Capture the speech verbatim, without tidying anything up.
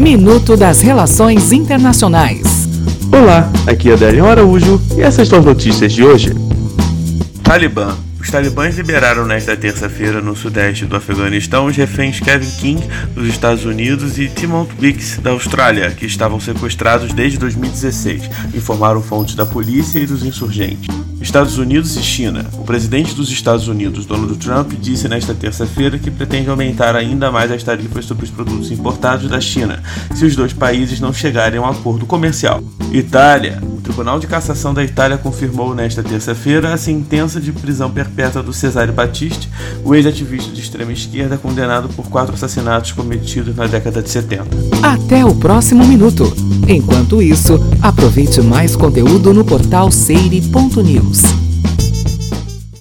Minuto das Relações Internacionais. Olá, aqui é Adélio Araújo e essas são as notícias de hoje. Talibã. Os talibãs liberaram nesta terça-feira no sudeste do Afeganistão os reféns Kevin King, dos Estados Unidos, e Timothy Weeks, da Austrália, que estavam sequestrados desde dois mil e dezesseis, informaram fontes da polícia e dos insurgentes. Estados Unidos e China. O presidente dos Estados Unidos, Donald Trump, disse nesta terça-feira que pretende aumentar ainda mais as tarifas sobre os produtos importados da China, se os dois países não chegarem a um acordo comercial. Itália. O Tribunal de Cassação da Itália confirmou nesta terça-feira a sentença de prisão perpétua do Cesare Battisti, o ex-ativista de extrema esquerda condenado por quatro assassinatos cometidos na década de setenta. Até o próximo minuto. Enquanto isso, aproveite mais conteúdo no portal seire ponto news.